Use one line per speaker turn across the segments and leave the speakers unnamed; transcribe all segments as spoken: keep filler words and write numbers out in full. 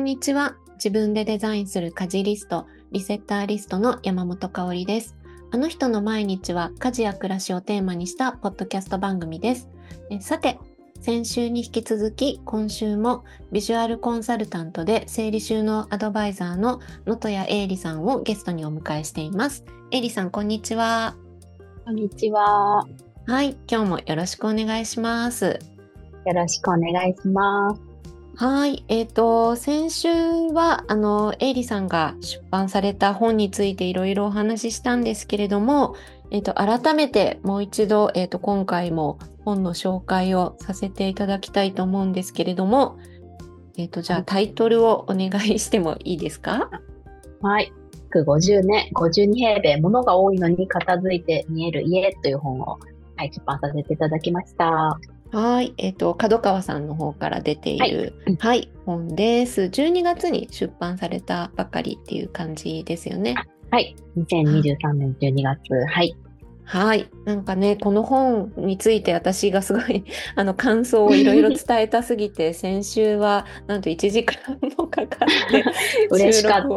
んにちは。自分でデザインする家事リスト、リセッターリストの山本香織です。あの人の毎日は家事や暮らしをテーマにしたポッドキャスト番組です。えさて、先週に引き続き今週もビジュアルコンサルタントで整理収納アドバイザーの能登谷英里さんをゲストにお迎えしています。英里さん、こんにちは。
こんにちは。
はい、今日もよろしくお願いします。
よろしくお願いします。
はい、えっと、先週は、あの、エイリさんが出版された本についていろいろお話ししたんですけれども、えっと、改めてもう一度、えっと、今回も本の紹介をさせていただきたいと思うんですけれども、えっと、じゃあタイトルをお願いしてもいいですか？
はい。ごじゅうねん、ごじゅうに平米、物が多いのに片付いて見える家という本を、はい、出版させていただきました。
はい、えっと、角川さんの方から出ている、はい、はい、本です。じゅうにがつに出版されたばかりっていう感じですよね。
はい、にせんにじゅうさんねんじゅうにがつ、はい。
はい。なんかね、この本について私がすごいあの感想をいろいろ伝えたすぎて、先週はなんといちじかんもかかって
嬉しかった。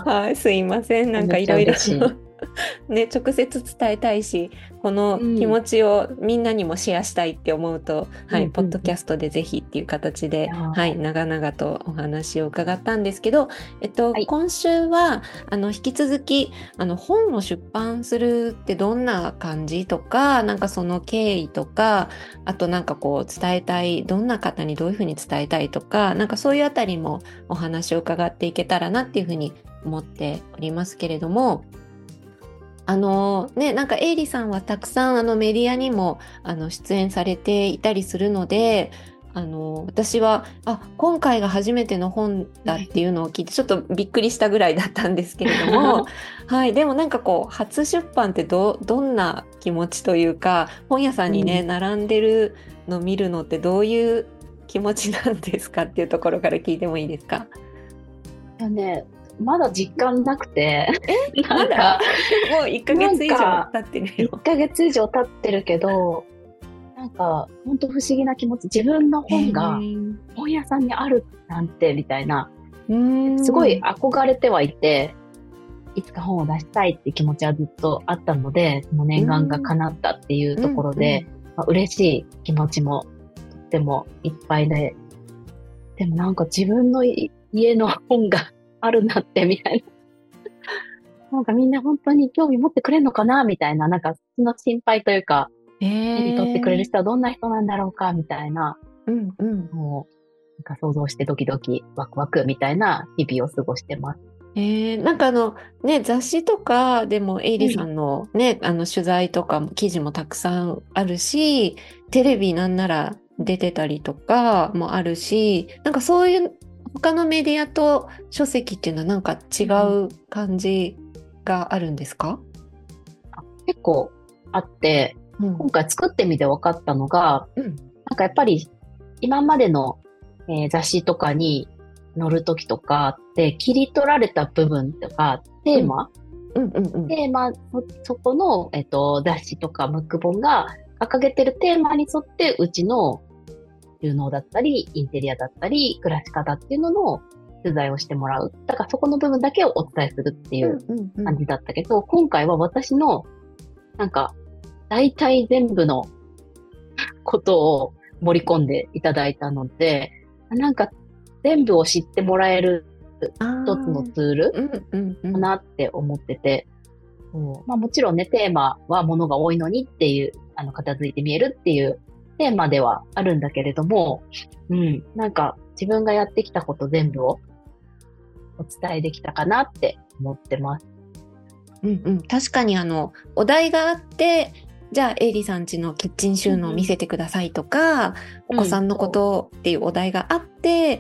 はい、すいません。なんかいろいろね、直接伝えたいし、この気持ちをみんなにもシェアしたいって思うと、うん、はい、ポッドキャストでぜひっていう形で、うん、はい、長々とお話を伺ったんですけど、えっと、はい、今週はあの引き続きあの本を出版するってどんな感じとか、なんかその経緯とか、あとなんかこう伝えたい、どんな方にどういうふうに伝えたいとか、なんかそういうあたりもお話を伺っていけたらなっていうふうに思っておりますけれども、あのね、なんかエイリさんはたくさんあのメディアにもあの出演されていたりするので、あの私はあ今回が初めての本だっていうのを聞いてちょっとびっくりしたぐらいだったんですけれどもはい、でもなんかこう初出版ってど、どんな気持ちというか、本屋さんにね、うん、並んでるの見るのってどういう気持ちなんですかっていうところから聞いてもいいですか？
いやね、まだ実感なくて。
えなんかもういっかげつ以上経ってるよ。
いっかげつ以上経ってるけど、なんか本当不思議な気持ち。自分の本が本屋さんにあるなんてみたいな、すごい憧れてはいて、いつか本を出したいって気持ちはずっとあったので、その念願が叶ったっていうところで、まあ、嬉しい気持ちもとってもいっぱいで、でもなんか自分の家の本があるなってみたいな。なんかみんな本当に興味持ってくれるのかなみたいな、なんかその心配というか、手に取ってくれる人はどんな人なんだろうかみたいな、
うんうん、
もうなんか想像してドキドキワクワクみたいな日々を過ごしてます。
えー、なんかあのね、雑誌とかでもエイリさんのね、うん、あの取材とか記事もたくさんあるし、テレビなんなら出てたりとかもあるし、なんかそういう他のメディアと書籍っていうのはなんか違う感じがあるんですか？
うん、結構あって、うん、今回作ってみて分かったのが、うん、なんかやっぱり今までの、えー、雑誌とかに載るときとかって切り取られた部分とかテーマ、うんうんうんうん、テーマ そ, そこの、えっと、雑誌とかムック本が掲げてるテーマに沿ってうちの収納だったりインテリアだったり暮らし方っていうのの取材をしてもらう。だからそこの部分だけをお伝えするっていう感じだったけど、うんうんうん、今回は私のなんか大体全部のことを盛り込んでいただいたので、なんか全部を知ってもらえる一つのツールかなって思ってて、うんうんうん、まあ、もちろんね、テーマは物が多いのにっていう、あの、片付いて見えるっていうテーマではあるんだけれども、うん、なんか自分がやってきたこと全部をお伝えできたかなって思ってます。
うんうん、確かにあの、お題があって、じゃあ、エイリさん家のキッチン収納を見せてくださいとか、うん、お子さんのことっていうお題があって、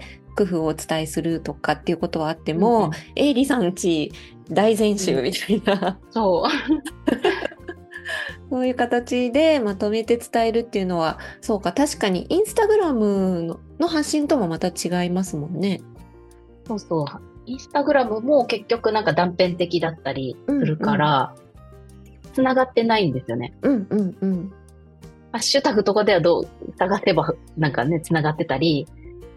工夫をお伝えするとかっていうことはあっても、うん、エイリさん家大全集みたいな、うん、
そう
そういう形でまとめて伝えるっていうのは、そうか、確かにインスタグラムの発信ともまた違いますもんね。
そうそう。インスタグラムも結局なんか断片的だったりするから、つながってないんですよね。
うんうんうん。
ハッシュタグとかではどう探せばなんかね、つながってたり、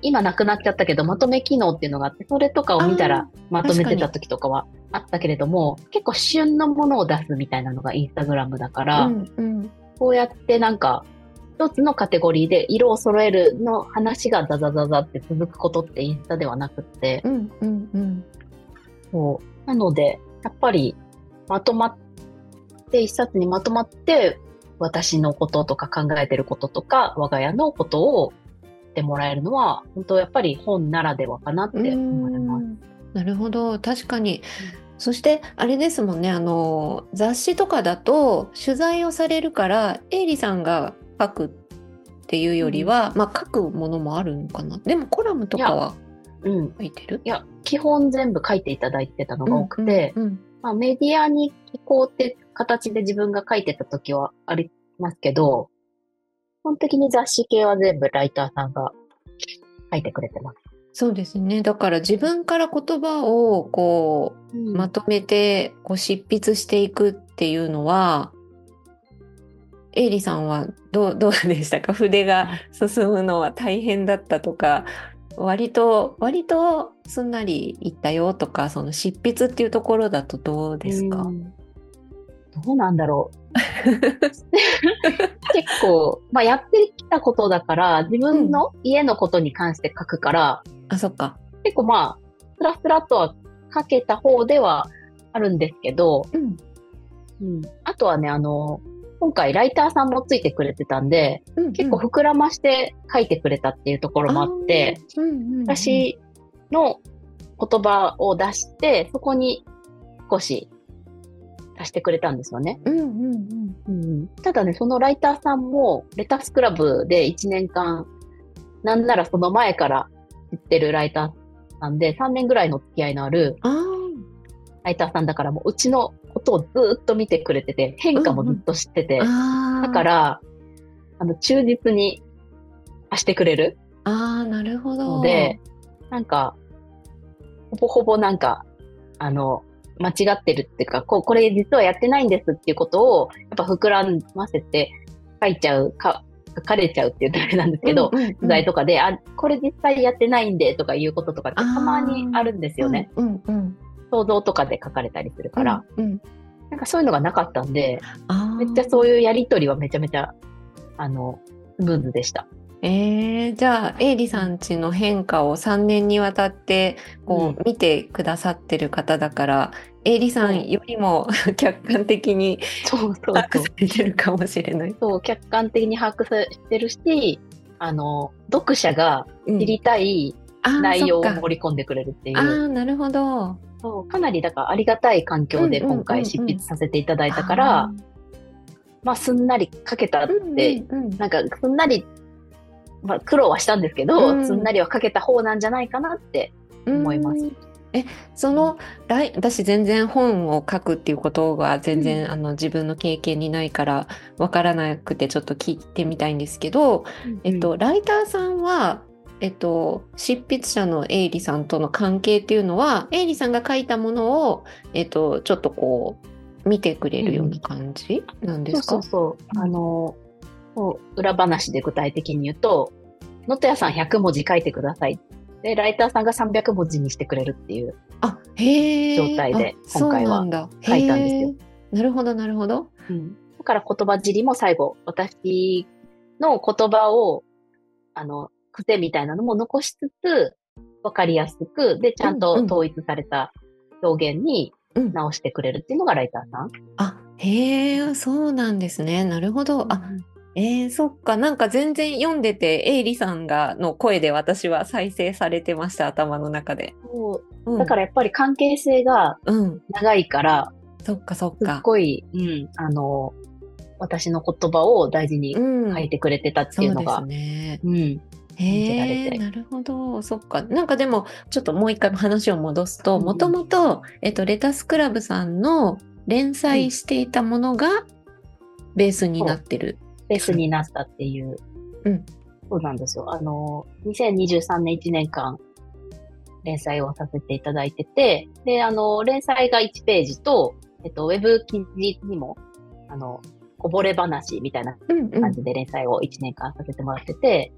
今なくなっちゃったけど、まとめ機能っていうのがあって、それとかを見たらまとめてた時とかはあったけれども、結構旬のものを出すみたいなのがインスタグラムだから、うんうん、こうやってなんか、一つのカテゴリーで色を揃えるの話がザザザザって続くことってインスタではなくって、うんうんうん、そうなので、やっぱりまとまって一冊にまとまって私のこととか考えてることとか我が家のことをってもらえるのは本当やっぱり本ならではかなって思います。
なるほど、確かに、うん、そしてあれですもんね、あの雑誌とかだと取材をされるからエイリさんが書くっていうよりは、うん、まあ書くものもあるのかな。でもコラムとかは書いてる？
いや、うん、いや基本全部書いていただいてたのが多くて、うんうんうん、まあ、メディアに寄稿って形で自分が書いてた時はありますけど、基本的に雑誌系は全部ライターさんが書いてくれてます。
そうですね。だから自分から言葉をこう、うん、まとめてこう執筆していくっていうのは、エイリさんはどう、どうでしたか？筆が進むのは大変だったとか、割と、割とすんなりいったよとか、その執筆っていうところだとどうですか？うん、
どうなんだろう。結構、まあやってきたことだから、自分の家のことに関して書くから、
うん、あ、そっか。
結構まあ、スラスラとは書けた方ではあるんですけど、うんうん、あとはね、あの、今回ライターさんもついてくれてたんで、うんうん、結構膨らまして書いてくれたっていうところもあって、うんうんうん、私の言葉を出して、そこに少し足してくれたんですよね、うんうんうんうん。ただね、そのライターさんもレタスクラブでいちねんかん、なんならその前から知ってるライターさんで、さんねんぐらいの付き合いのあるライターさんだから、もううちのことをずっと見てくれてて、変化もずっと知ってて、うんうん、だから、あの、忠実に足してくれる。
ああ、なるほど。
ので、なんか、ほぼほぼなんか、あの、間違ってるっていうか、こう、これ実はやってないんですっていうことを、やっぱ膨らませて書いちゃう、か、書かれちゃうっていうとあれなんですけど、うんうんうん、取材とかで、あ、これ実際やってないんでとかいうこととかってたまにあるんですよね。うんうんうん、想像とかで書かれたりするから、うんうん、なんかそういうのがなかったんで、めっちゃそういうやりとりはめちゃめちゃ、あの、スムーズでした。
えー、じゃあ、エイリさんちの変化をさんねんにわたってこう、うん、見てくださってる方だから、エイリさんよりも客観的に把握されてるかもしれない。
そう、客観的に把握されてるし、あの、読者が知りたい内容を盛り込んでくれるっていう。
うん、ああ、なるほど。
そう、かなりだからありがたい環境で今回執筆させていただいたから、うんうんうんうん、まあすんなり書けたって、うんうんうん、なんかすんなりまあ、苦労はしたんですけど、うん、すんなりは書けた方なんじゃないかなって思います。
え、その、私全然本を書くっていうことが全然、うん、あの自分の経験にないからわからなくてちょっと聞いてみたいんですけど、うん、えっと、ライターさんは、えっと、執筆者のエイリさんとの関係っていうのは、エイリさんが書いたものを、えっと、ちょっとこう、見てくれるような感じなんですか？
うん、そうそうそう。あの、裏話で具体的に言うと、ノット屋さんひゃくもじ書いてください。で、ライターさんがさんびゃくもじにしてくれるっていう状態で今回は書いたんですよ。
なるほど、なるほど。
うん、だから言葉尻も最後、私の言葉を、あの、癖みたいなのも残しつつ、わかりやすく、で、ちゃんと統一された表現に直してくれるっていうのがライターさん。うん、
あ、へえ、そうなんですね。なるほど。あ、えー、そっか。なんか全然読んでて、エイリさんがの声で私は再生されてました、頭の中で。
そう、うん、だからやっぱり関係性が長いから、
うん、そっかそっか。
すっごい、うん、あの、私の言葉を大事に書いてくれてたっていうのが、うん、そうですね。うん。
へえ、なるほど。そっか。なんかでも、ちょっともう一回話を戻すと、もともと、えっと、レタスクラブさんの連載していたものがベースになってる。
ベースになったっていう。うん。そうなんですよ。あの、にせんにじゅうさんねんいちねんかん連載をさせていただいてて、で、あの、連載がいちページと、えっと、ウェブ記事にも、あの、こぼれ話みたいな感じで連載をいちねんかんさせてもらってて、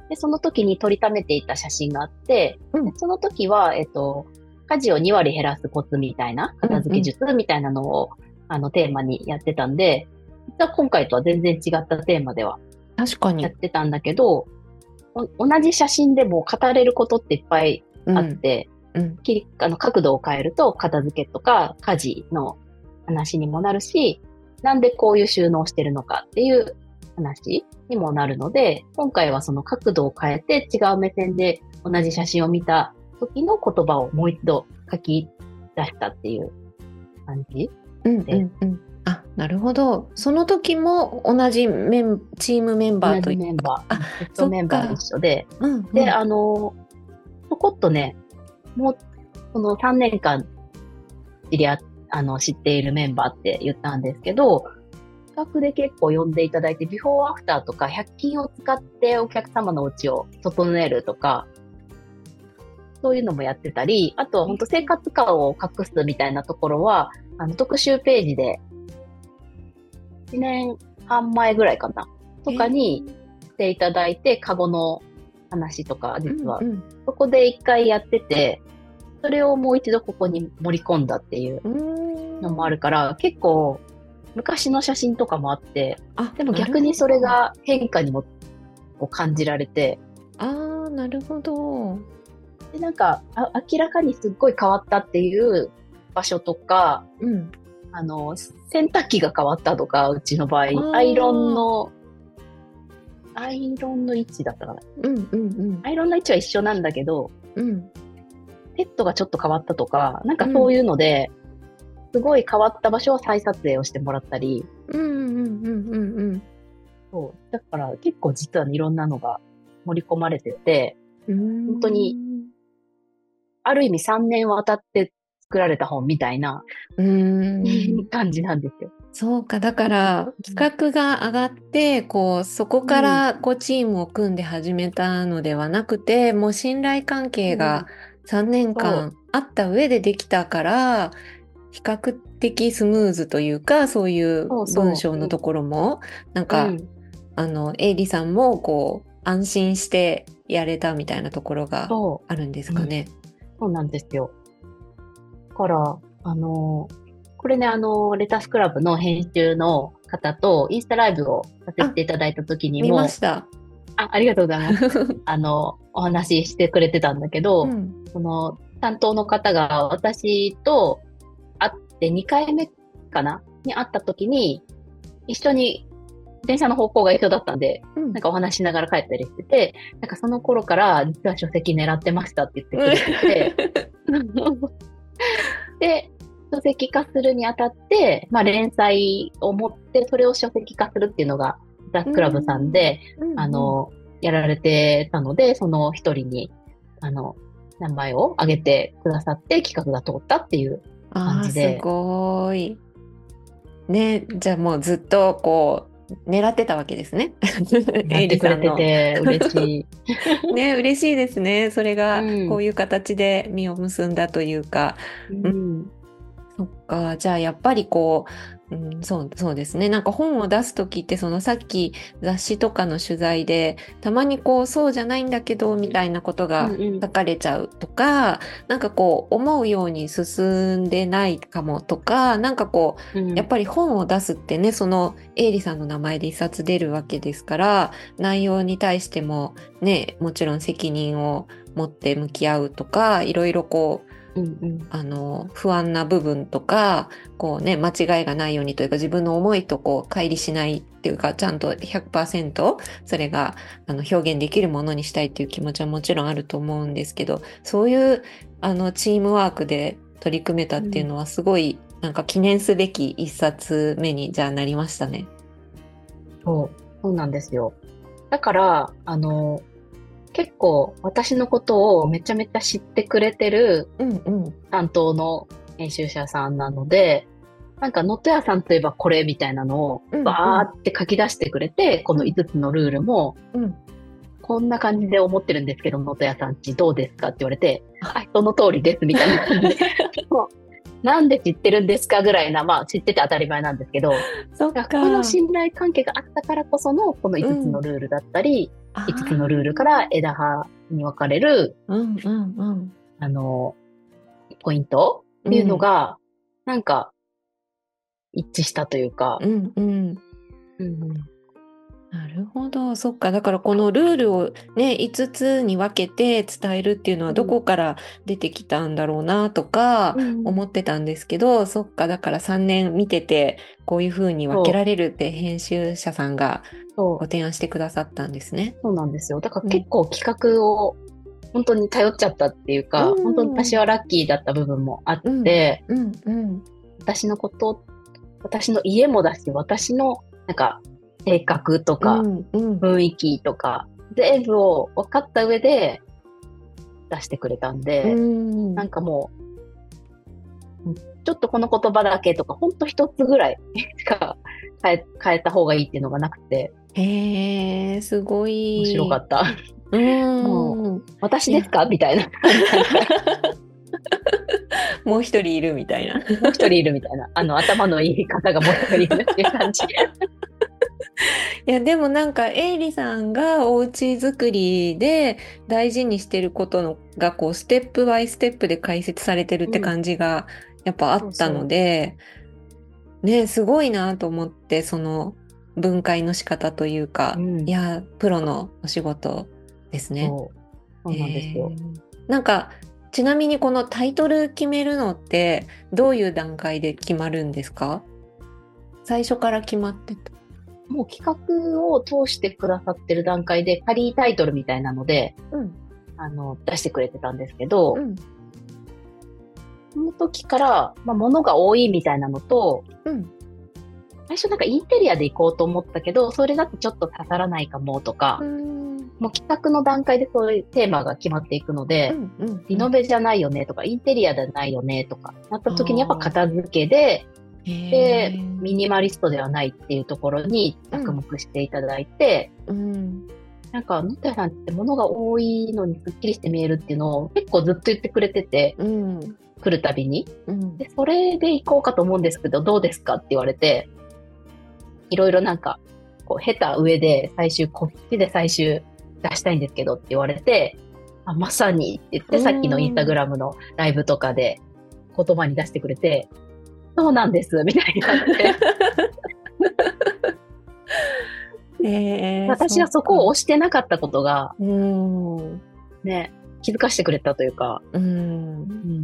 で、その時に撮りためていた写真があって、
うん、
その時は、えっと、家事をに割減らすコツみたいな、片付け術みたいなのを、うんうん、あの、テーマにやってたんで、実は今回とは全然違ったテーマでは、
確かに。
やってたんだけど、同じ写真でも語れることっていっぱいあって、うんうん、あの角度を変えると片付けとか家事の話にもなるし、なんでこういう収納してるのかっていう話にもなるので、今回はその角度を変えて違う目線で同じ写真を見た時の言葉をもう一度書き出したっていう感じで、うんうんうん、
あ、なるほど。その時も同じメンチームメンバーというか。
同じメンバー。あ、セットメンバー一緒で。
うんうん、
で、あの、ちょこっとね、もう、このさんねんかん知り合、あの、知っているメンバーって言ったんですけど、企画で結構呼んでいただいて、ビフォーアフターとか、ひゃく均を使ってお客様のお家を整えるとか、そういうのもやってたり、あとは本当生活感を隠すみたいなところは、あの、特集ページで、いちねんはん前ぐらいかなとかにしていただいて、カゴの話とか、実は、うんうん、そこで一回やってて、それをもう一度ここに盛り込んだっていうのもあるから、結構昔の写真とかもあって、でも逆にそれが変化にも感じられて。
ああ、なるほど。
で、なんかあ、明らかにすっごい変わったっていう場所とか、
うん、
あの、洗濯機が変わったとか、うちの場合、アイロンの、アイロンの位置だったかな。
うんうんうん。
アイロンの位置は一緒なんだけど、
うん、
ペットがちょっと変わったとか、なんかそういうので、うん、すごい変わった場所を再撮影をしてもらったり。
うんうんうんうんうん。
そう。だから結構実はいろんなのが盛り込まれてて、
うん
本当に、ある意味さんねん渡って作られた本みたいな
うん
感じなんですよ。
そうか、だから企画が上がって、こう、そこからこうチームを組んで始めたのではなくて、もう信頼関係がさんねんかんあった上でできたから、比較的スムーズというか、そういう文章のところも、なんか、あの、エイリさんもこう、安心してやれたみたいなところがあるんですかね。
そう、そうなんですよ。だから、あのー、これね、あの、レタスクラブの編集の方とインスタライブをさせていただいた時にも。
見ました。
あ、ありがとうございます。あの、お話ししてくれてたんだけど、うん、その、担当の方が私と会ってにかいめかなに会った時に、一緒に電車の方向が一緒だったんで、うん、なんかお話しながら帰ったりしてて、なんかその頃から実は書籍狙ってましたって言ってくれてて、で、書籍化するにあたって、まあ連載を持ってそれを書籍化するっていうのがザ・クラブさんで、うん、あの、やられてたので、その一人に、あの、名前を挙げてくださって企画が通ったっていう感じで。
あ、すごい。ね、じゃあもうずっとこう、狙ってたわけですね。
やってくれてて嬉し
い。ね、嬉しいですね。それがこういう形で実を結んだというか。
うんうん
そっか。じゃあやっぱりこう、うん、そう、そうですね。なんか本を出すときって、そのさっき雑誌とかの取材で、たまにこう、そうじゃないんだけど、みたいなことが書かれちゃうとか、うんうん、なんかこう、思うように進んでないかもとか、なんかこう、うん、やっぱり本を出すってね、その、エイリさんの名前で一冊出るわけですから、内容に対してもね、もちろん責任を持って向き合うとか、いろいろこう、
うんうん、
あの不安な部分とかこうね間違いがないようにというか自分の思いとこう乖離しないっていうかちゃんと ひゃくパーセント それがあの表現できるものにしたいっていう気持ちはもちろんあると思うんですけどそういうあのチームワークで取り組めたっていうのはすごい、うん、なんか記念すべき一冊目にじゃあなりましたね。
そうそうなんですよ。だからあの結構私のことをめちゃめちゃ知ってくれてる担当の編集者さんなので、うんうん、なんかノット屋さんといえばこれみたいなのをバーって書き出してくれて、うんうん、このいつつのルールも、うん、こんな感じで思ってるんですけど、ノット屋さんちどうですかって言われて、はい、その通りですみたいな感じでなんで知ってるんですかぐらいな、まあ知ってて当たり前なんですけど、
そっか。
この信頼関係があったからこそのこのいつつのルールだったり、うん、いつつのルールから枝葉に分かれる、
うんうんうん、
あの、ポイントっていうのが、うん、なんか一致したというか、
うんうん。
うん
なるほど。そっか。だからこのルールをね、いつつに分けて伝えるっていうのはどこから出てきたんだろうなとか思ってたんですけど、うん、そっか。だからさんねん見ててこういうふうに分けられるって編集者さんがご提案してくださったんですね。
そうなんですよ。だから結構企画を本当に頼っちゃったっていうか、うん、本当に私はラッキーだった部分もあって、
うんうんうん、
私のこと、私の家もだし、私のなんか性格とか、雰囲気とか、うんうん、全部を分かった上で出してくれたんで、うん、なんかもう、ちょっとこの言葉だけとか、ほんと一つぐらいしか変え、変えた方がいいっていうのがなくて。
へー、すごい。
面白かった。
うん、
もう、私ですかみたいな。
もう一人いるみたいな。
もう一人いるみたいな。あの、頭のいい方がもう一人いるっていう感じ。
いやでもなんかエイリさんがお家作りで大事にしてることのがこうステップバイステップで解説されてるって感じがやっぱあったので、うん、ねすごいなと思って、その分解の仕方というか、うん、いやプロのお仕事ですね。
そう、そうなんですよ。
なんかちなみにこのタイトル決めるのってどういう段階で決まるんですか？最初から決まってた？
もう企画を通してくださってる段階で仮タイトルみたいなので、うん、あの出してくれてたんですけど、うん、その時から、まあ、物が多いみたいなのと、うん、最初なんかインテリアで行こうと思ったけど、それだとちょっと刺さらないかもとか、うん、もう企画の段階でそういうテーマが決まっていくので、うんうんうん、リノベじゃないよねとか、インテリアじゃないよねとか、なった時にやっぱ片付けで、で、ミニマリストではないっていうところに着目していただいて、うん、なんか、のったやさんって物が多いのにスッキリして見えるっていうのを結構ずっと言ってくれてて、うん、来るたびに、うん、で。それで行こうかと思うんですけど、どうですかって言われて、いろいろなんか、こう、下手上で最終、こっちで最終出したいんですけどって言われて、あ、まさにって言って、さっきのインスタグラムのライブとかで言葉に出してくれて、そうなんです、みたいになって。えー、私はそこを押してなかったことが、うん、ね、気づかせてくれたというか。うんうん、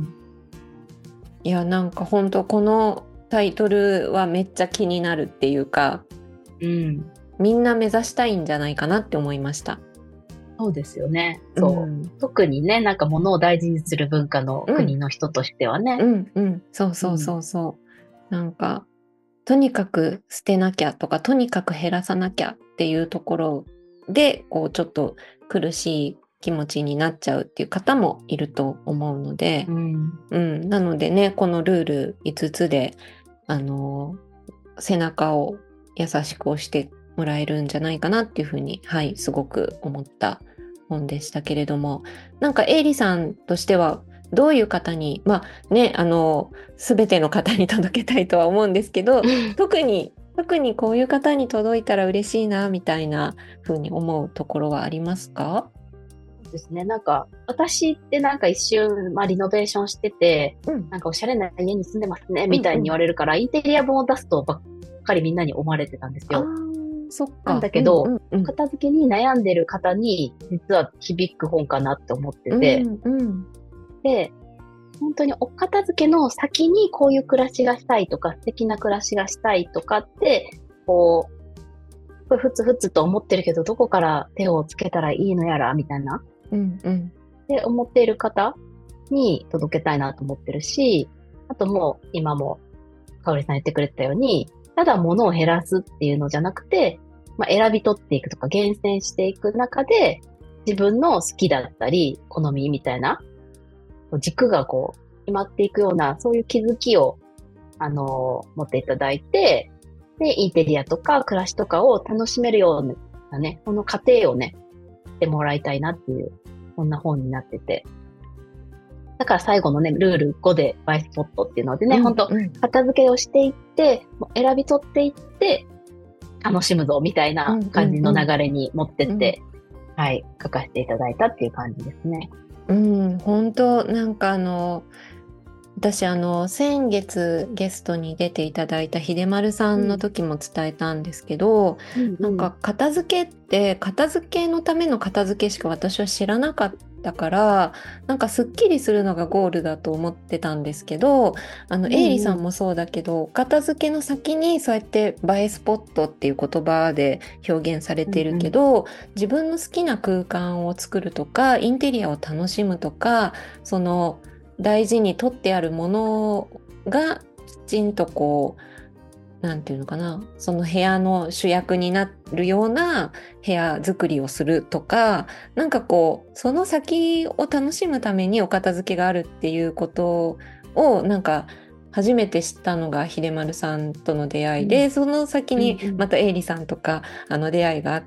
いや、なんか本当このタイトルはめっちゃ気になるっていうか、うん、みんな目指したいんじゃないかなって思いました。
そうですよね。そう。うん、特にね、なんか物を大事にする文化の国の人としてはね。
うん、うん、うん、そうそうそうそう。うんなんかとにかく捨てなきゃとかとにかく減らさなきゃっていうところでこうちょっと苦しい気持ちになっちゃうっていう方もいると思うので、うんうん、なのでねこのルールいつつであの背中を優しく押してもらえるんじゃないかなっていうふうにはいすごく思った本でしたけれども、なんかエイリさんとしてはどういう方に、まあね、あの、すべての方に届けたいとは思うんですけど、特に、特にこういう方に届いたら嬉しいな、みたいな風に思うところはありますか？
そうですね。なんか、私ってなんか一瞬、まあリノベーションしてて、うん、なんかおしゃれな家に住んでますね、みたいに言われるから、うんうん、インテリア本を出すとばっかりみんなに思われてたんですよ。
そっか。
なんだけど、うんうんうん、片付けに悩んでる方に、実は響く本かなって思ってて、うんうんで、本当にお片付けの先にこういう暮らしがしたいとか、素敵な暮らしがしたいとかって、こう、ふつふつと思ってるけど、どこから手をつけたらいいのやら、みたいな。うんうん。で、思っている方に届けたいなと思ってるし、あともう、今も、かおりさん言ってくれたように、ただ物を減らすっていうのじゃなくて、まあ、選び取っていくとか、厳選していく中で、自分の好きだったり、好みみたいな、軸がこう、決まっていくような、そういう気づきを、あのー、持っていただいて、で、インテリアとか暮らしとかを楽しめるようなね、この過程をね、してもらいたいなっていう、そんな本になってて。 だから最後のね、ルールごで映えスポットっていうのでね、
うん、
本当片付けをしていって、選び取っていって、楽しむぞみたいな感じの流れに持ってって、うんうんうん、はい、書かせていただいたっていう感じですね。
うん、本当なんかあの、私あの先月ゲストに出ていただいた秀丸さんの時も伝えたんですけど、うん、なんか片付けって片付けのための片付けしか私は知らなかったから、なんかすっきりするのがゴールだと思ってたんですけど、あの、うんうん、エイリさんもそうだけど、片付けの先にそうやって映えスポットっていう言葉で表現されてるけど、うんうん、自分の好きな空間を作るとかインテリアを楽しむとか、その大事に取ってあるものがきちんとこうなんていうのかな、その部屋の主役になるような部屋作りをするとか、なんかこうその先を楽しむためにお片付けがあるっていうことをなんか初めて知ったのが秀丸さんとの出会いで、うん、その先にまたエイリさんとか、うん、あの出会いがあって、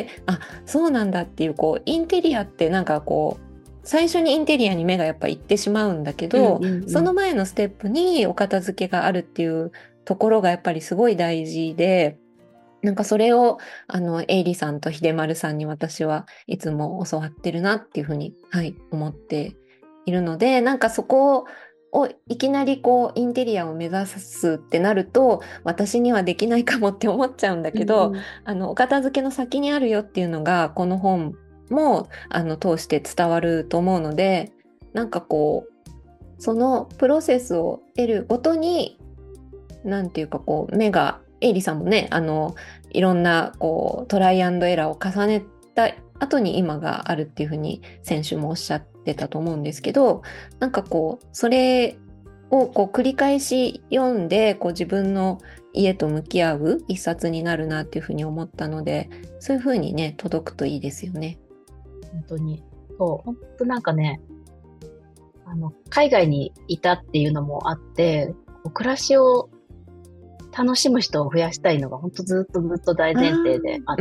あ、そうなんだっていう、こうインテリアってなんかこう最初にインテリアに目がやっぱ行ってしまうんだけど、うんうんうん、その前のステップにお片付けがあるっていうところがやっぱりすごい大事で、なんかそれをあのエイリさんと秀丸さんに私はいつも教わってるなっていうふうに、はい、思っているので、なんかそこをいきなりこうインテリアを目指すってなると私にはできないかもって思っちゃうんだけど、うんうん、あのお片付けの先にあるよっていうのがこの本もあの通して伝わると思うので、なんかこうそのプロセスを得るごとになんていうかこう目が、エイリさんもね、あのいろんなこうトライアンドエラーを重ねた後に今があるっていうふうに先週もおっしゃってたと思うんですけど、なんかこうそれをこう繰り返し読んでこう自分の家と向き合う一冊になるなっていうふうに思ったので、そういうふうにね届くといいですよね。
本当にそう、本当なんかね、あの海外にいたっていうのもあって、暮らしを楽しむ人を増やしたいのが本当ずっとずっと大前提であって、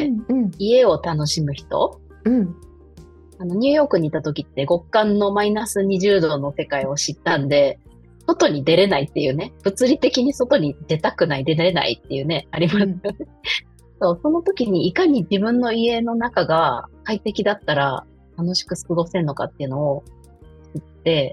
うんうんうん、家を楽しむ人、うん、あのニューヨークにいた時って極寒のマイナスにじゅうどの世界を知ったんで、外に出れないっていうね、物理的に外に出たくない、出れないっていうね、ありますよね。うん、そう、その時にいかに自分の家の中が快適だったら楽しく過ごせるのかっていうのを知って、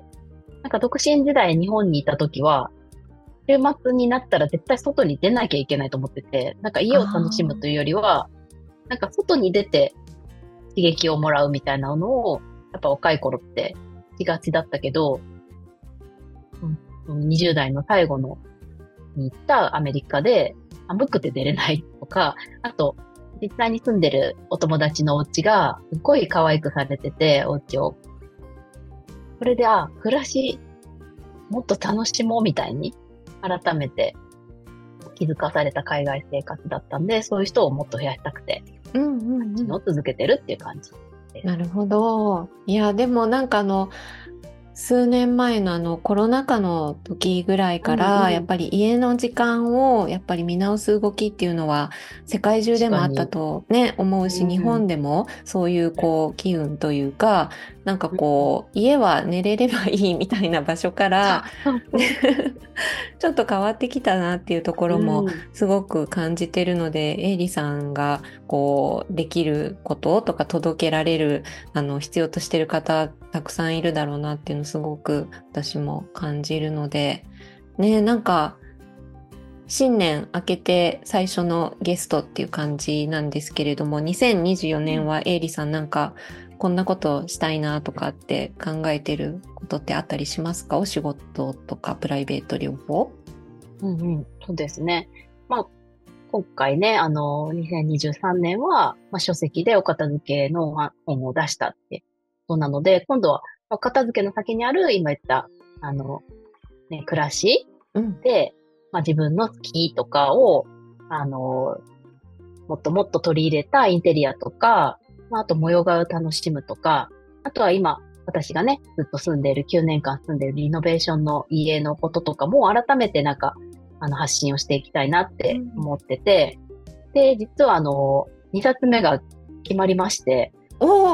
なんか独身時代日本にいた時は、週末になったら絶対外に出なきゃいけないと思ってて、なんか家を楽しむというよりは、なんか外に出て刺激をもらうみたいなのを、やっぱ若い頃ってしがちだったけど、うん、にじゅう代の最後のに行ったアメリカで寒くて出れないとか、あと実際に住んでるお友達のお家がすっごい可愛くされてて、お家を。それで、あ、暮らしもっと楽しもうみたいに改めて気づかされた海外生活だったんで、そういう人をもっと増やしたくて、うんうんうん、を続けてるっていう感じです。
なるほど。いや、でもなんかあの、数年前のあのコロナ禍の時ぐらいから、うんうん、やっぱり家の時間をやっぱり見直す動きっていうのは世界中でもあったとね思うし、うん、日本でもそういうこう機運というか、なんかこう、うん、家は寝れればいいみたいな場所からちょっと変わってきたなっていうところもすごく感じてるので、うん、エイリさんがこうできることとか届けられるあの必要としてる方たくさんいるだろうなっていうのすごく私も感じるのでね、なんか新年明けて最初のゲストっていう感じなんですけれども、にせんにじゅうよねんはエイリさんなんかこんなことしたいなとかって考えてることってあったりしますか？お仕事とかプライベート旅行？
うんうん、そうですね。まあ今回ね、あの、にせんにじゅうさんねんは、まあ、書籍でお片付けの本を出したってそうなので、今度はお片付けの先にある今言った、あの、ね、暮らしで、うん、まあ、自分の好きとかを、あの、もっともっと取り入れたインテリアとか、まあ、あと模様替えを楽しむとか、あとは今、私がね、ずっと住んでいる、きゅうねんかん住んでいるリノベーションの家のこととかも改めてなんか、あの、発信をしていきたいなって思ってて、うん、で、実はあの、にさつめが決まりまして、
おー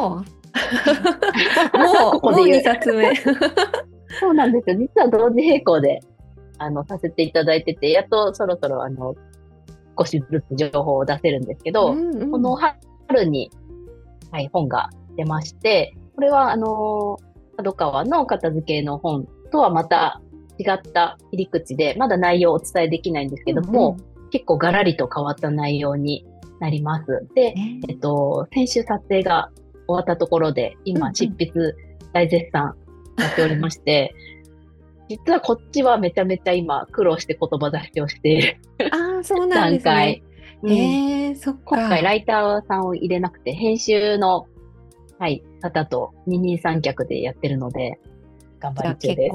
もう、
ここで言う
もうにさつめ。
そうなんですよ。実は同時並行で、あの、させていただいてて、やっとそろそろ、あの、少しずつ情報を出せるんですけど、うんうん、この春に、はい、本が出まして、これは、あの、角川の片付けの本とはまた違った切り口で、まだ内容をお伝えできないんですけども、うんうん、結構ガラリと変わった内容になります。で、えっと、先週撮影が終わったところで、今、執筆大絶賛やっておりまして、うんうん、実はこっちはめちゃめちゃ今苦労して言葉出しをしている
ああ、そうなんですね。
段階。
えー、そっか。
今回ライターさんを入れなくて、編集の、はい、方と二人三脚でやってるので、頑張り中です。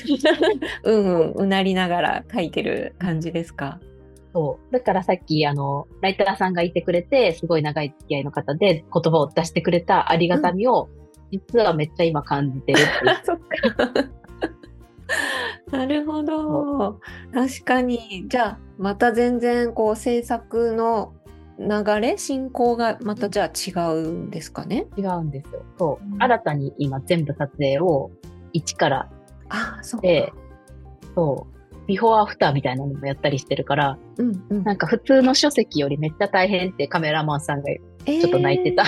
結構うんうん、うなりながら書いてる感じですか。
そう。だからさっき、あの、ライターさんがいてくれて、すごい長い付き合いの方で言葉を出してくれたありがたみを、うん、実はめっちゃ今感じてるっていう。
そっか。なるほど。確かに。じゃあ、また全然こう制作の流れ、進行がまたじゃあ違うんですかね。
違うんですよ。そう。うん、新たに今全部撮影を一から
ああ、そう
で、そう。ビフォーアフターみたいなのもやったりしてるから、うんうん、なんか普通の書籍よりめっちゃ大変ってカメラマンさんがちょっと泣いてた。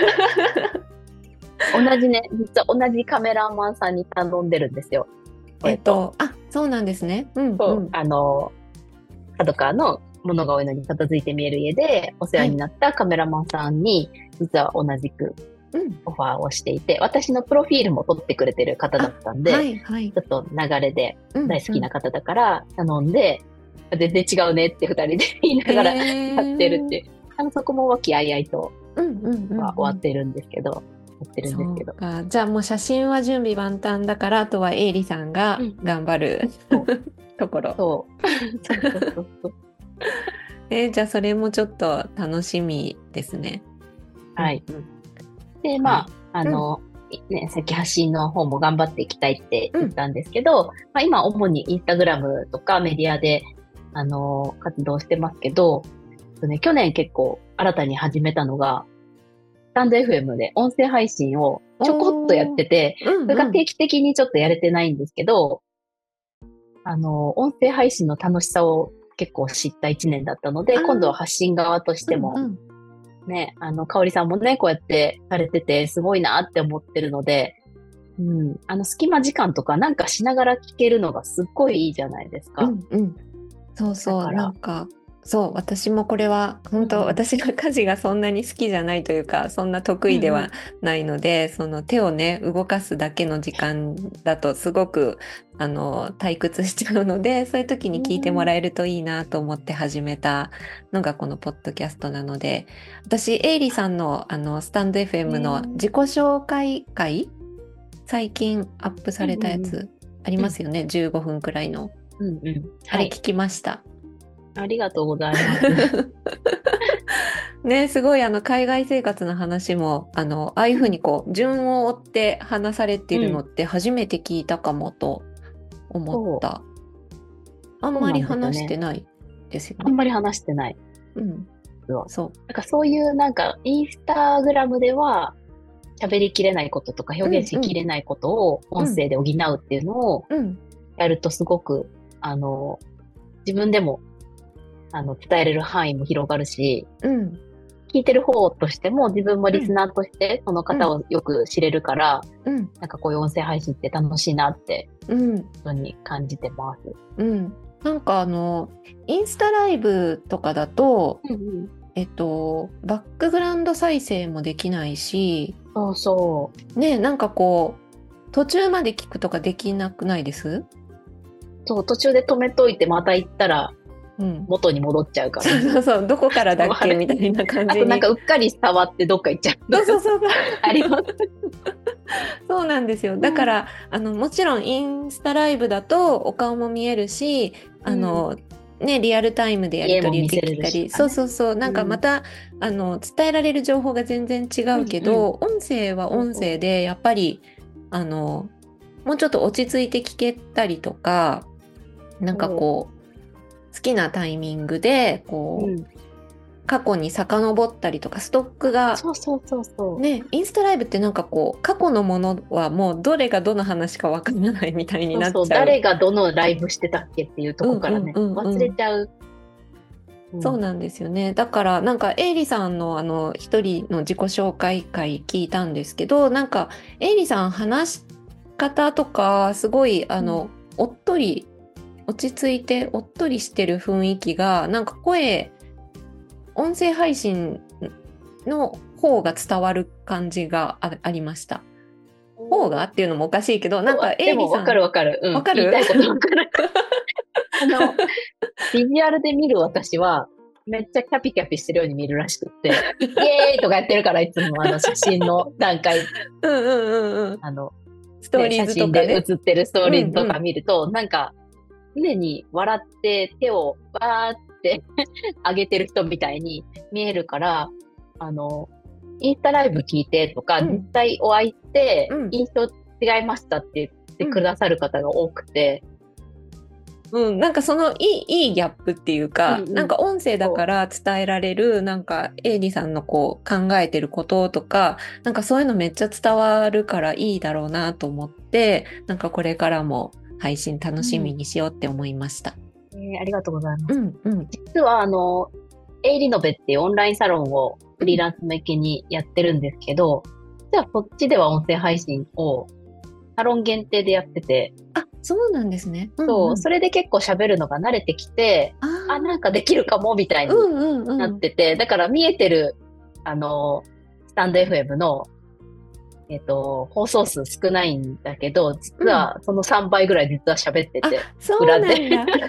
えー、同じね、実は同じカメラマンさんに頼んでるんですよ。
えっと、あ、そうなんですね。うん、うん、
そう、あの、角川の物が多いのに片付いて見える家でお世話になったカメラマンさんに、実は同じくオファーをしていて、うん、私のプロフィールも撮ってくれてる方だったんで、はいはい、ちょっと流れで大好きな方だから頼んで、うんうん、全然違うねって二人で言いながらやってるって、あのそこも和気あいあいとは終わってるんですけど、やってるんですけど。
かじゃあもう写真は準備万端だから、あとはエイリさんが頑張る、うん、ところ。
そうそうそうそうそう
えー、じゃあそれもちょっと楽しみですね。
はい。うんうん、で、まあ、はい、あの、うん、ね、さっき発信の方も頑張っていきたいって言ったんですけど、うん、まあ、今主にインスタグラムとかメディアで、あの、活動してますけど、ね、去年結構新たに始めたのが、スタンド エフエム で音声配信をちょこっとやってて、それが定期的にちょっとやれてないんですけど、あの、音声配信の楽しさを結構知った一年だったので、今度は発信側としても、うんうんね、あの、かおりさんもね、こうやってされてて、すごいなって思ってるので、うん、あの、隙間時間とかなんかしながら聞けるのがすっごいいいじゃないですか。
うんうん。そうそう、なんか、そう、私もこれは、本当、うん、私が家事がそんなに好きじゃないというか、そんな得意ではないので、うんうん、その手をね、動かすだけの時間だとすごく、あの、退屈しちゃうので、そういう時に聞いてもらえるといいなと思って始めたのがこのポッドキャストなので、私、エイリさんの、あの、スタンド エフエム の自己紹介会、最近アップされたやつありますよね、うん、じゅうごふんくらいの。
うんうん、
あれ聞きました。はい、
ありがとうございます。
ね、すごいあの海外生活の話もあのああいうふうにこう順を追って話されているのって初めて聞いたかもと思った。うん、あんまり話してないですよね。
あんまり話してない。
うん。そう。
なんかそういうなんかインスタグラムでは喋りきれないこととか表現しきれないことを音声で補うっていうのをやるとすごく、あの、自分でもあの伝えれる範囲も広がるし、うん、聞いてる方としても自分もリスナーとしてその方をよく知れるから、うん、なんかこういう音声配信って楽しいなって、うん、本当に感じてます。
うん、なんかあの、インスタライブとかだと、うんうん、えっと、バックグラウンド再生もできないし、
そうそう。
ね、なんかこう、途中まで聞くとかできなくないです？
そう、途中で止めといてまた行ったら、うん、元に戻っちゃうから、
ね、そうそうそう、どこからだっけみたいな感じに。
あとなんかうっかり触ってどっか行っちゃう。
そうそうそう。
あります。
そうなんですよ。だから、うん、あの、もちろんインスタライブだとお顔も見えるし、あの、うん、ね、リアルタイムでやり取りできたり、ね、そうそうそう、なんかまた、うん、あの、伝えられる情報が全然違うけど、うんうん、音声は音声で、やっぱり、あの、もうちょっと落ち着いて聞けたりとか、なんかこう、好きなタイミングでこう、うん、 過去に遡ったりとかストックが
そうそうそうそう
ね、インスタライブってなんかこう過去のものはもうどれがどの話かわからないみたいになっちゃう。
そうそう、誰がどのライブしてたっけっていうとこからね、
うんうんうんうん、
忘れちゃう。
うん、そうなんですよね。だからなんかエイリさんのあの一人の自己紹介会聞いたんですけど、なんかエイリさん話し方とかすごいあの、うん、おっとり落ち着いておっとりしてる雰囲気がなんか声音声配信の方が伝わる感じが あ, ありました。方がっていうのもおかしいけど、なんかエイリさん。でも
わかるわかる。うん、わかる。言いたいことわかる。あの、ビジュアルで見る私は、めっちゃキャピキャピしてるように見るらしくって、イエーイとかやってるから、いつもあの写真の段階。
うんうんうんうん。
あの、
ストーリーズとかね。
写真で写ってるストーリーズとか見ると、うんうん、なんか、常に笑って手をバーって上げてる人みたいに見えるから、あの、インスタライブ聞いてとか、うん、実際お会いして印象違いましたって言ってくださる方が多くて、
うん、なんかそのいい、いいギャップっていうか、うんうん、なんか音声だから伝えられる、なんかエイリさんのこう考えてることとか、なんかそういうのめっちゃ伝わるからいいだろうなと思って、なんかこれからも配信楽しみにしようって思いました。
うんえー、ありがとうございます。
うんうん、
実はあの、エイリノベっていうオンラインサロンをフリーランス向けにやってるんですけど、うん、実はそっちでは音声配信をサロン限定でやってて、
あ、そうなんですね。
うんうん、そう、それで結構喋るのが慣れてきて、あ, あ、なんかできるかもみたいになってて、うんうんうん、だから見えてる、あの、スタンド エフエム の、えっと、放送数少ないんだけど、実はそのさんばいぐらい実は喋ってて、
うん、裏で。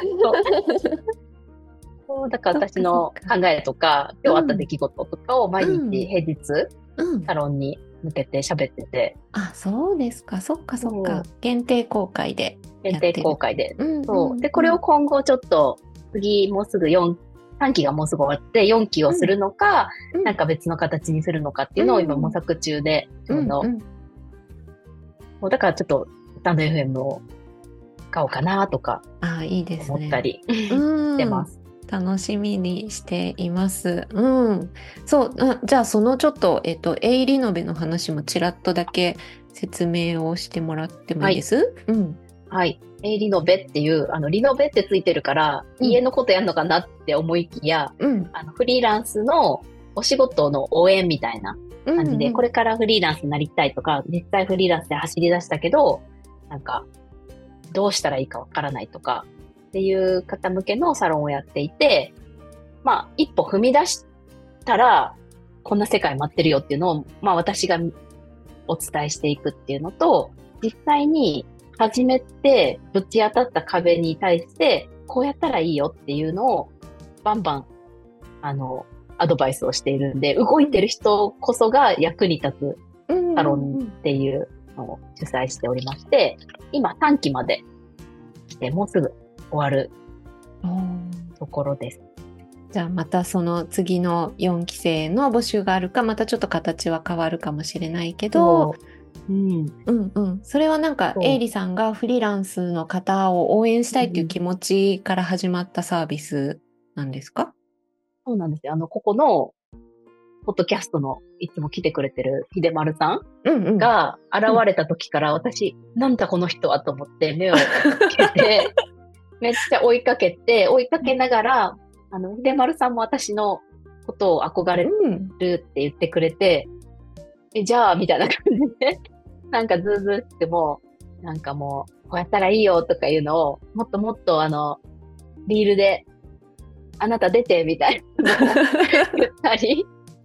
そうだから私の考えとか、今日あった出来事とかを毎日平日、うん、サロンに向けて喋ってて。
あ、そうですか。そっかそっか。限定公開でやってる。
限定公開で。
うんうんうん、
そう。で、これを今後ちょっと、次もうすぐよん、さんきがもうすぐ終わってよんきをするのか、うん、なんか別の形にするのかっていうのを今模索中で、ちょうど。うんうん、もうだからちょっと、スタンド エフエム を買おうかなとか、
あ、いいですね。
思ったりしてます。
楽しみにしています。うん。そう、あ、じゃあそのちょっと、えっと、エイリノベの話もちらっとだけ説明をしてもらってもいいです？はい。うん。
はい。エイリノベっていう、あの、リノベってついてるから、うん、家のことやるのかなって思いきや、うん、あの、フリーランスのお仕事の応援みたいな感じで、うんうん、これからフリーランスになりたいとか、実際フリーランスで走り出したけど、なんか、どうしたらいいかわからないとか、っていう方向けのサロンをやっていて、まあ、一歩踏み出したら、こんな世界待ってるよっていうのを、まあ私がお伝えしていくっていうのと、実際に始めてぶち当たった壁に対して、こうやったらいいよっていうのを、バンバン、あの、アドバイスをしているんで、動いてる人こそが役に立つサロンっていうのを主催しておりまして、今さんきまで来て、もうすぐ終わるところです。
じゃあまたその次のよんき生の募集があるか、またちょっと形は変わるかもしれないけど、うん、うんうんそれはなんかエイリさんがフリーランスの方を応援したいっていう気持ちから始まったサービスなんですか？
そうなんですよ。あの、ここのポッドキャストのいつも来てくれてる秀丸さんが現れた時から私、うん、なんだこの人はと思って目をつけて、めっちゃ追いかけて、追いかけながら、あの、秀丸さんも私のことを憧れるって言ってくれて、うん、え、じゃあ、みたいな感じで、なんかズーズーっても、なんかもう、こうやったらいいよとかいうのを、もっともっとあの、リールで、あなた出て、みたいなのを言ったり、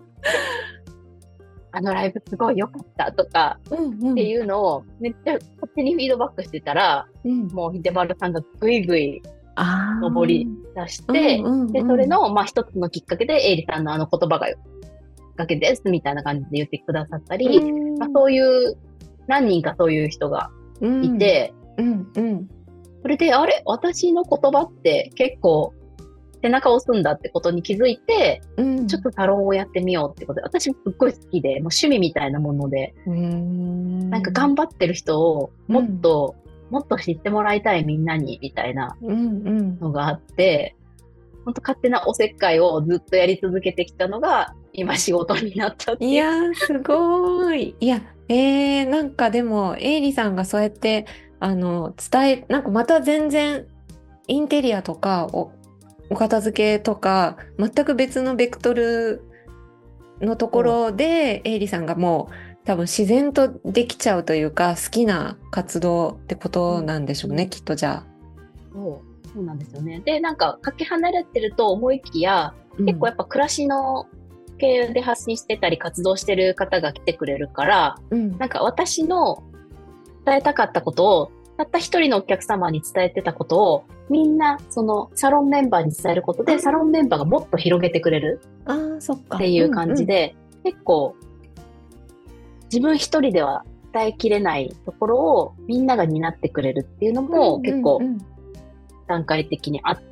あのライブすごい良かったとか、っていうのをめっちゃ勝手にフィードバックしてたら、うん、もう秀丸さんがぐいぐい登り出して、うんうんうん、で、それの、まあ、一つのきっかけで、エイリさんのあの言葉がきっかけです、みたいな感じで言ってくださったり、うんまあ、そういう、何人かそういう人がいて、うんうんうん、それで、あれ私の言葉って結構背中を押すんだってことに気づいて、うん、ちょっとサロンをやってみようってことで、私もすっごい好きで、もう趣味みたいなもので、うんなんか頑張ってる人をもっと、うんもっと知ってもらいたいみんなにみたいなのがあって、 本当勝手なおせっかいをずっとやり続けてきたのが、今仕事になったっていう。
いやー、すごい。いや、えー、なんかでも、エイリさんがそうやって、あの、伝え、なんかまた全然、インテリアとか、お、お片付けとか、全く別のベクトルのところで、エイリさんがもう、多分自然とできちゃうというか、好きな活動ってことなんでしょうね、
うん、
きっとじゃあ。
そう、そうなんですよね。で、なんか、かけ離れてると思いきや、結構やっぱ暮らしの系で発信してたり活動してる方が来てくれるから、
うん、
なんか私の伝えたかったことを、たった一人のお客様に伝えてたことを、みんなそのサロンメンバーに伝えることで、サロンメンバーがもっと広げてくれる
ああ、そっか。
っていう感じで、うんうん、結構自分一人では伝えきれないところをみんなが担ってくれるっていうのも結構段階的にあって、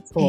そう。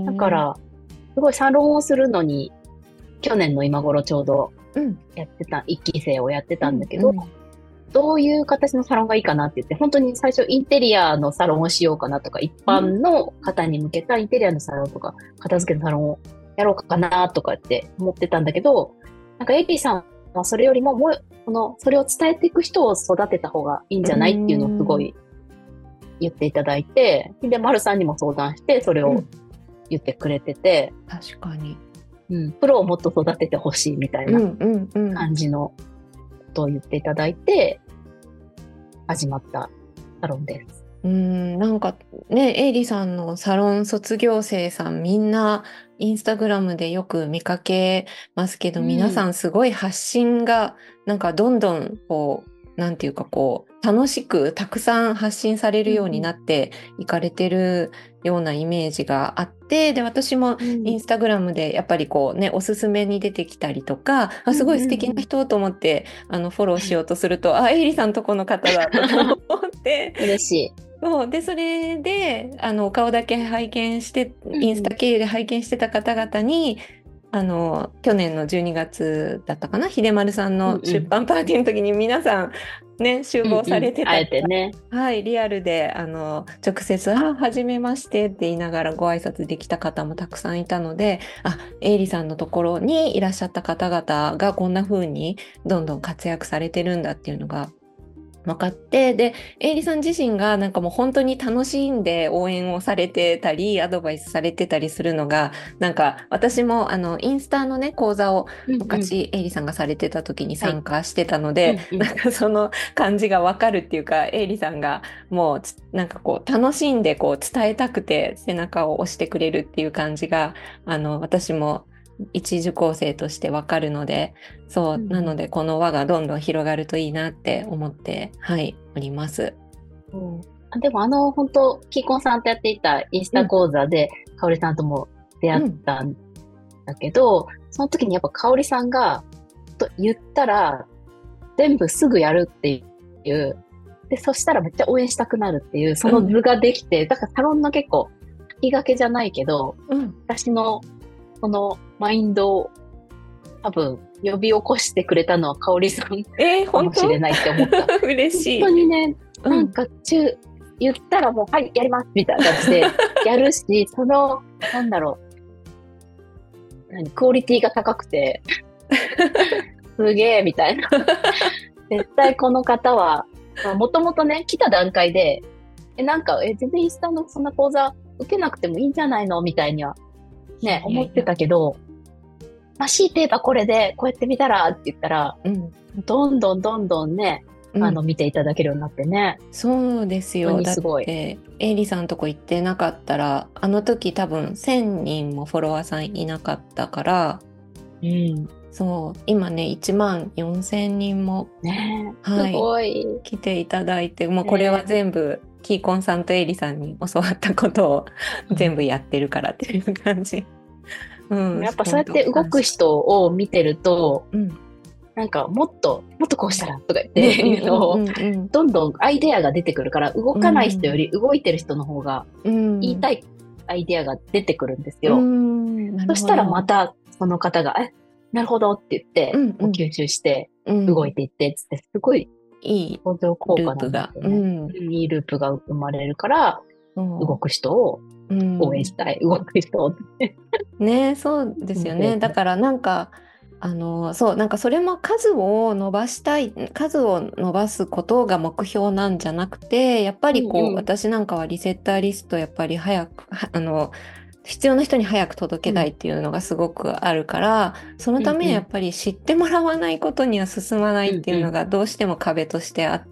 だから、すごいサロンをするのに、去年の今頃ちょうどやってた、一期生をやってたんだけど、うんうん、どういう形のサロンがいいかなって言って、本当に最初インテリアのサロンをしようかなとか、一般の方に向けたインテリアのサロンとか、片付けのサロンをやろうかなとかって思ってたんだけど、なんかエリーさんはそれよりも、もう、この、それを伝えていく人を育てた方がいいんじゃないっていうのをすごい言っていただいて、で、丸さんにも相談して、それを言ってくれてて、
うん、確かに。
うん、プロをもっと育ててほしいみたいな感じのことを言っていただいて、始まったサロンです。
うん、なんかね、エイリさんのサロン卒業生さんみんなインスタグラムでよく見かけますけど、うん、皆さんすごい発信がなんかどんどんこう、なんていうかこう、楽しくたくさん発信されるようになっていかれてるようなイメージがあって、で、私もインスタグラムでやっぱりこうね、おすすめに出てきたりとか、あ、すごい素敵な人と思って、あの、フォローしようとすると、あ、エイリさんとこの方だと思って、
嬉しい。
そうで、それで、あの、お顔だけ拝見して、インスタ経由で拝見してた方々に、うん、あの、去年のじゅうにがつだったかな、秀丸さんの出版パーティーの時に皆さんね、集合されてた、
うんうん、あえてね。
はい、リアルで、あの、直接、あ、はじめましてって言いながらご挨拶できた方もたくさんいたので、あ、エイリさんのところにいらっしゃった方々がこんな風にどんどん活躍されてるんだっていうのが、分かって、で、エイリさん自身がなんかもう本当に楽しんで応援をされてたり、アドバイスされてたりするのが、なんか私もあの、インスタのね、講座を昔エイリさんがされてた時に参加してたので、はい、なんかその感じが分かるっていうか、エイリさんがもうなんかこう楽しんでこう伝えたくて背中を押してくれるっていう感じが、あの、私も一受講生としてわかるので、そう、うん、なのでこの輪がどんどん広がるといいなって思って、はい、おります。
うん、でもあの、本当キーコンさんとやっていたインスタ講座で、うん、かおりさんとも出会ったんだけど、うん、その時にやっぱかおりさんが、と言ったら、全部すぐやるっていう、で、そしたらめっちゃ応援したくなるっていう、その図ができて、うん、だからサロンの結構、先駆けじゃないけど、うん、私のこのマインドを多分呼び起こしてくれたのはかおりさんかもしれないって思った。
えー、嬉しい。
本当にね、なんか中、うん、言ったらもう、はい、やりますみたいな感じでやるし、その、なんだろう、何、クオリティが高くて、すげえみたいな。絶対この方は、もともとね、来た段階で、え、なんか、え、全然インスタのそんな講座受けなくてもいいんじゃないのみたいには、ね、思ってたけど、まあ、強いて言えばこれで、こうやって見たらって言ったら、うん、どんどんどんどんね、あの、見ていただけるようになってね。
うん、そうですよ。だって、エイリさんとこ行ってなかったら、あの時多分せんにんもフォロワーさんいなかったから、
うん。
そう、今ね、いちまんよんせんにんも、
ね、
はい、
すごい。
来ていただいて、もうこれは全部、ね、キーコンさんとエイリさんに教わったことを全部やってるからっていう感じ。
うん、やっぱそうやって動く人を見てると、うん、なんかもっと、もっとこうしたらとか言っていうのを、どんどんアイデアが出てくるから、動かない人より動いてる人の方が言いたいアイデアが出てくるんですよ。うん、そしたらまたその方が、え、なるほどって言って、うんうん、吸収して動いていってつって、すごい
いい
相乗効果なんですよね。うん、いいループが生まれるから、動く人をうん、応援したい、動く人って。
ね、そうですよね。だからなんか、あの、そう、なんかそれも数を伸ばしたい、数を伸ばすことが目標なんじゃなくて、やっぱりこう、うんうん、私なんかはリセッターリスト、やっぱり早く、あの、必要な人に早く届けたいっていうのがすごくあるから、うん、そのためにやっぱり知ってもらわないことには進まないっていうのがどうしても壁としてあって、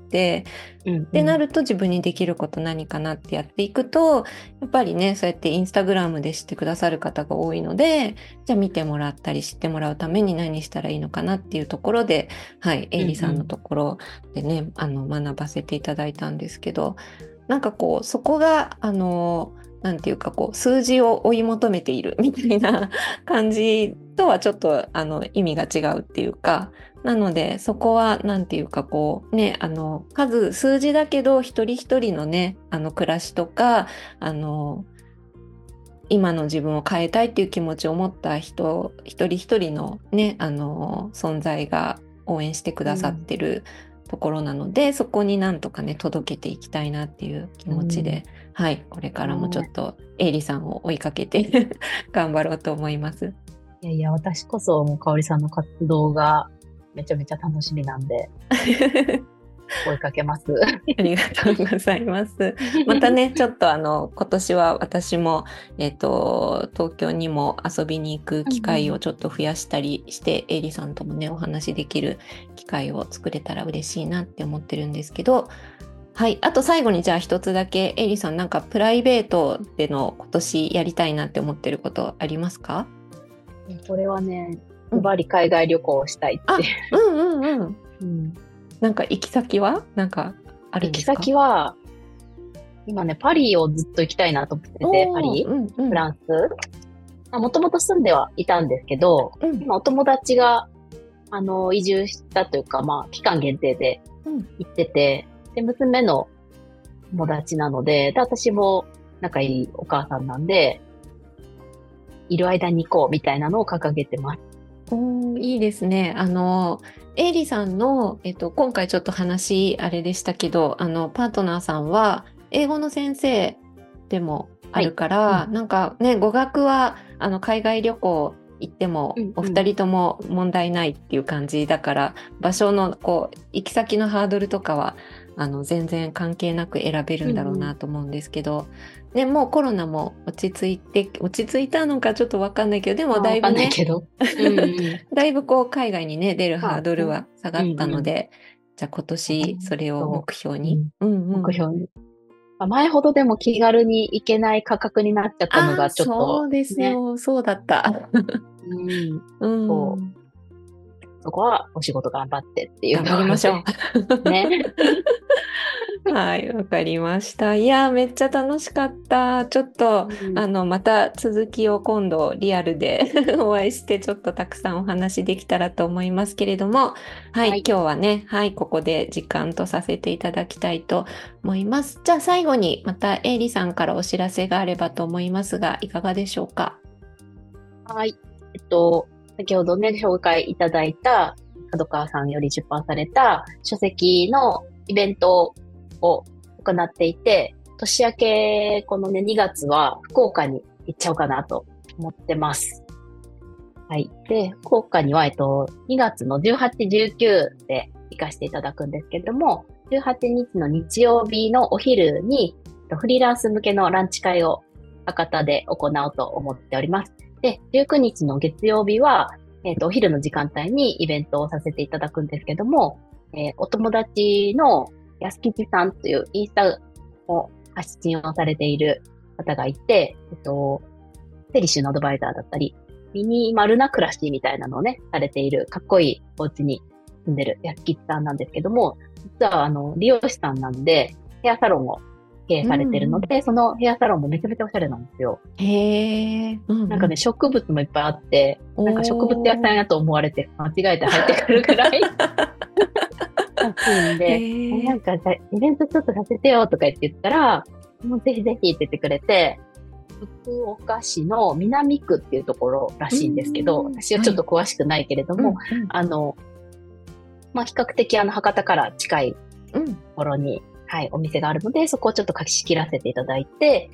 うんうん、ってなると自分にできること何かなってやっていくと、やっぱりね、そうやってインスタグラムで知ってくださる方が多いので、じゃあ見てもらったり知ってもらうために何したらいいのかなっていうところで、はい、エイリさんのところでね、うんうん、あの、学ばせていただいたんですけど、なんかこう、そこが、あの、なんていうかこう数字を追い求めているみたいな感じとはちょっとあの意味が違うっていうか、なのでそこはなんていうかこうね、あの数数字だけど一人一人のね、あの暮らしとか、あの今の自分を変えたいっていう気持ちを持った人一人一人のね、あの存在が応援してくださってる、うんところなので、そこになんとかね届けていきたいなっていう気持ちで、うん、はい、これからもちょっとエイリさんを追いかけて頑張ろうと思います。
いやいや、私こそもう香織さんの活動がめちゃめちゃ楽しみなんで追いかけます。
ありがとうございます。またね、ちょっとあの今年は私もえっと東京にも遊びに行く機会をちょっと増やしたりして、エイリさんともねお話できる機会を作れたら嬉しいなって思ってるんですけど、はい、あと最後にじゃあ一つだけ、エイリさんなんかプライベートでの今年やりたいなって思ってることありますか？
これはね、ズバリ海外旅行をしたいって。
あ、うんうんうん。うんなんか行き先はなんかあるんですか？
行き先は、今ね、パリをずっと行きたいなと思ってて、パリ、うんうん、フランス。もともと住んではいたんですけど、うん、今お友達が、あの、移住したというか、まあ、期間限定で行ってて、うん、で、娘の友達なので、で、私も仲いいお母さんなんで、いる間に行こうみたいなのを掲げてます。
おいいですね。あの、エイリさんの、えっと、今回ちょっと話あれでしたけど、あの、パートナーさんは英語の先生でもあるから、はいうん、なんかね、語学はあの海外旅行行ってもお二人とも問題ないっていう感じだから、うんうん、場所のこう行き先のハードルとかはあの全然関係なく選べるんだろうなと思うんですけど、うんうんでもうコロナも落ち着いて落ち着いたのかちょっと分かんないけどでもだいぶねうんうん、だいぶこう海外にね出るハードルは下がったので、うんうん、じゃあ今年それを目標に、
うんうんうん、目標に前ほどでも気軽に行けない価格になっちゃったのがちょっと、ね、
そうですよそうだった
うんうんそうそこはお仕事頑張ってっていう
頑張りましょうねはい、わかりました。いや、めっちゃ楽しかった。ちょっと、うん、あの、また続きを今度リアルでお会いして、ちょっとたくさんお話できたらと思いますけれども、はい、はい、今日はね、はい、ここで時間とさせていただきたいと思います。じゃあ最後にまたエイリさんからお知らせがあればと思いますが、いかがでしょうか？
はい、えっと、先ほどね、紹介いただいた、角川さんより出版された書籍のイベントを行っていて、年明け、このね、にがつは福岡に行っちゃおうかなと思ってます。はい。で、福岡には、えっと、にがつのじゅうはち、じゅうくで行かせていただくんですけれども、じゅうはちにちの日曜日のお昼に、フリーランス向けのランチ会を博多で行おうと思っております。で、じゅうくにちの月曜日は、えっと、お昼の時間帯にイベントをさせていただくんですけども、えー、お友達の安吉さんというインスタを発信をされている方がいて、えっと、セリシュのアドバイザーだったり、ミニマルな暮らしみたいなのをね、されているかっこいいお家に住んでる安吉さんなんですけども、実はあの、理容師さんなんで、ヘアサロンを経営されてるので、うん、そのヘアサロンもめちゃめちゃおしゃれなんですよ。
へー。
うんうん、なんかね、植物もいっぱいあって、なんか植物屋さんやと思われて間違えて入ってくるくらい。いんで、なんかさ、イベントちょっとさせてよとか言って言ったら、もうぜひぜひって言ってくれて、福岡市の南区っていうところらしいんですけど、私はちょっと詳しくないけれども、はい、あの、まあ、比較的あの、博多から近いところに、うん、はい、お店があるので、そこをちょっと貸し切らせていただいて、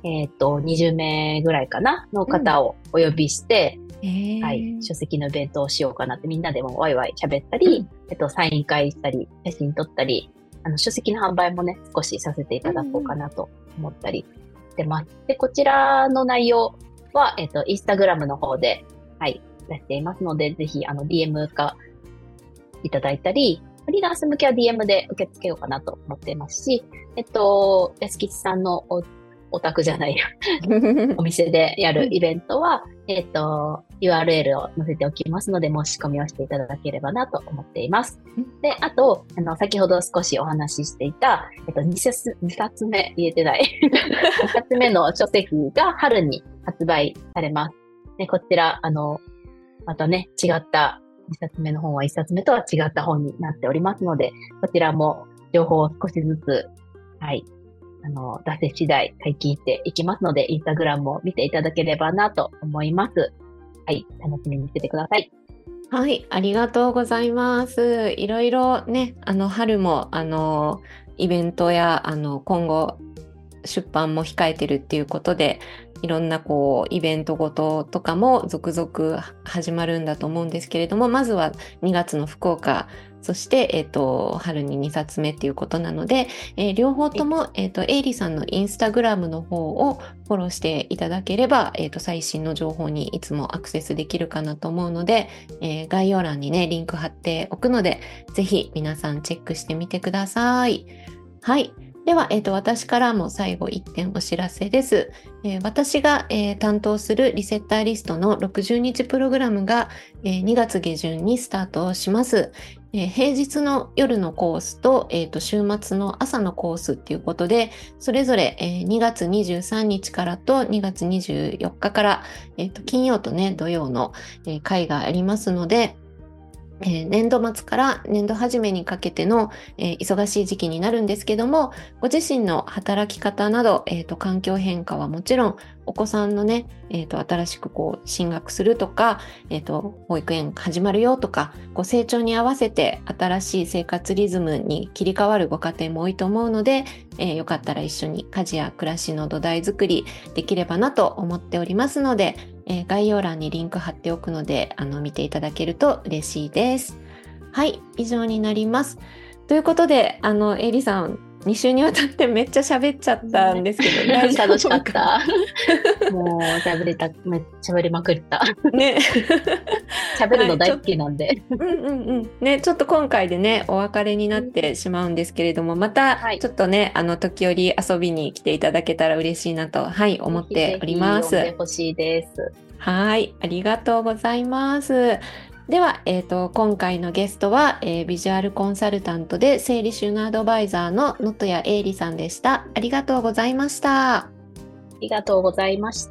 えっと、にじゅうめいぐらいかなの方をお呼びして、うん、はい、書籍のイベントをしようかなってみんなでもワイワイ喋ったり、うん、えっと、サイン会したり、写真撮ったり、あの、書籍の販売もね、少しさせていただこうかなと思ったりしてます。で、こちらの内容は、えっと、インスタグラムの方で、はい、出していますので、ぜひ、あの、ディーエム 化いただいたり、フリーランス向けは ディーエム で受け付けようかなと思っていますし、えっと、安吉さんのおお宅じゃないやお店でやるイベントは、えっと、ユーアールエル を載せておきますので、申し込みをしていただければなと思っています。で、あと、あの、先ほど少しお話ししていた、えっと、にさつめ、言えてない。にさつめの書籍が春に発売されます。で、こちら、あの、またね、違ったにさつめの本はいっさつめとは違った本になっておりますので、こちらも情報を少しずつ、はい、あの、出せ次第解禁していきますので、インスタグラムを見ていただければなと思います。はい、楽しみにしててください。
はい、ありがとうございます。いろいろね、あの、春も、あの、イベントや、あの、今後、出版も控えてるっていうことで、いろんなこうイベントごととかも続々始まるんだと思うんですけれども、まずはにがつの福岡、そして、えっと、春ににさつめっていうことなので、えー、両方とも、えっと、エイリさんのインスタグラムの方をフォローしていただければ、えっと、最新の情報にいつもアクセスできるかなと思うので、えー、概要欄にね、リンク貼っておくので、ぜひ皆さんチェックしてみてください。はい。では、えっと、私からも最後いってんお知らせです。えー、私が、えー、担当するリセッターリストのろくじゅうにちプログラムが、えー、にがつげじゅんにスタートします。えー、平日の夜のコースと、えーと、週末の朝のコースっていうことで、それぞれ、えー、にがつにじゅうさんにちからとにがつにじゅうよっかから、えーと、金曜とね、土曜の、えー、会がありますので、えー、年度末から年度初めにかけての、えー、忙しい時期になるんですけども、ご自身の働き方など、えーと、環境変化はもちろん、お子さんのね、えーと、新しくこう進学するとか、えーと、保育園始まるよとか、こう成長に合わせて新しい生活リズムに切り替わるご家庭も多いと思うので、えー、よかったら一緒に家事や暮らしの土台作りできればなと思っておりますので、えー、概要欄にリンク貼っておくので、あの見ていただけると嬉しいです。はい、以上になります。ということで、あのエイリさん、に週にわたってめっちゃ喋っちゃったんですけど、
大丈夫楽しかった。もう喋れた、めっちゃ喋りまくった。ね。喋るの大好きなんで。
はい、うんうんうん。ね、ちょっと今回でね、お別れになってしまうんですけれども、またちょっとね、はい、あの時折遊びに来ていただけたら嬉しいなと、はい、思っております。
ぜひぜひ呼んでほしいです。
はい、ありがとうございます。では、えーと、今回のゲストは、えー、ビジュアルコンサルタントで整理収納アドバイザーの能登谷エイリさんでした。ありがとうございました。
ありがとうございました。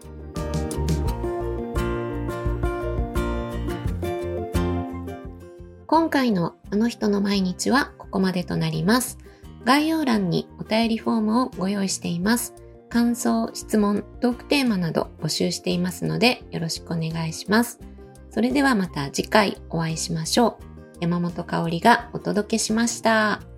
今回のあの人の毎日はここまでとなります。概要欄にお便りフォームをご用意しています。感想、質問、トークテーマなど募集していますのでよろしくお願いします。それではまた次回お会いしましょう。山本香織がお届けしました。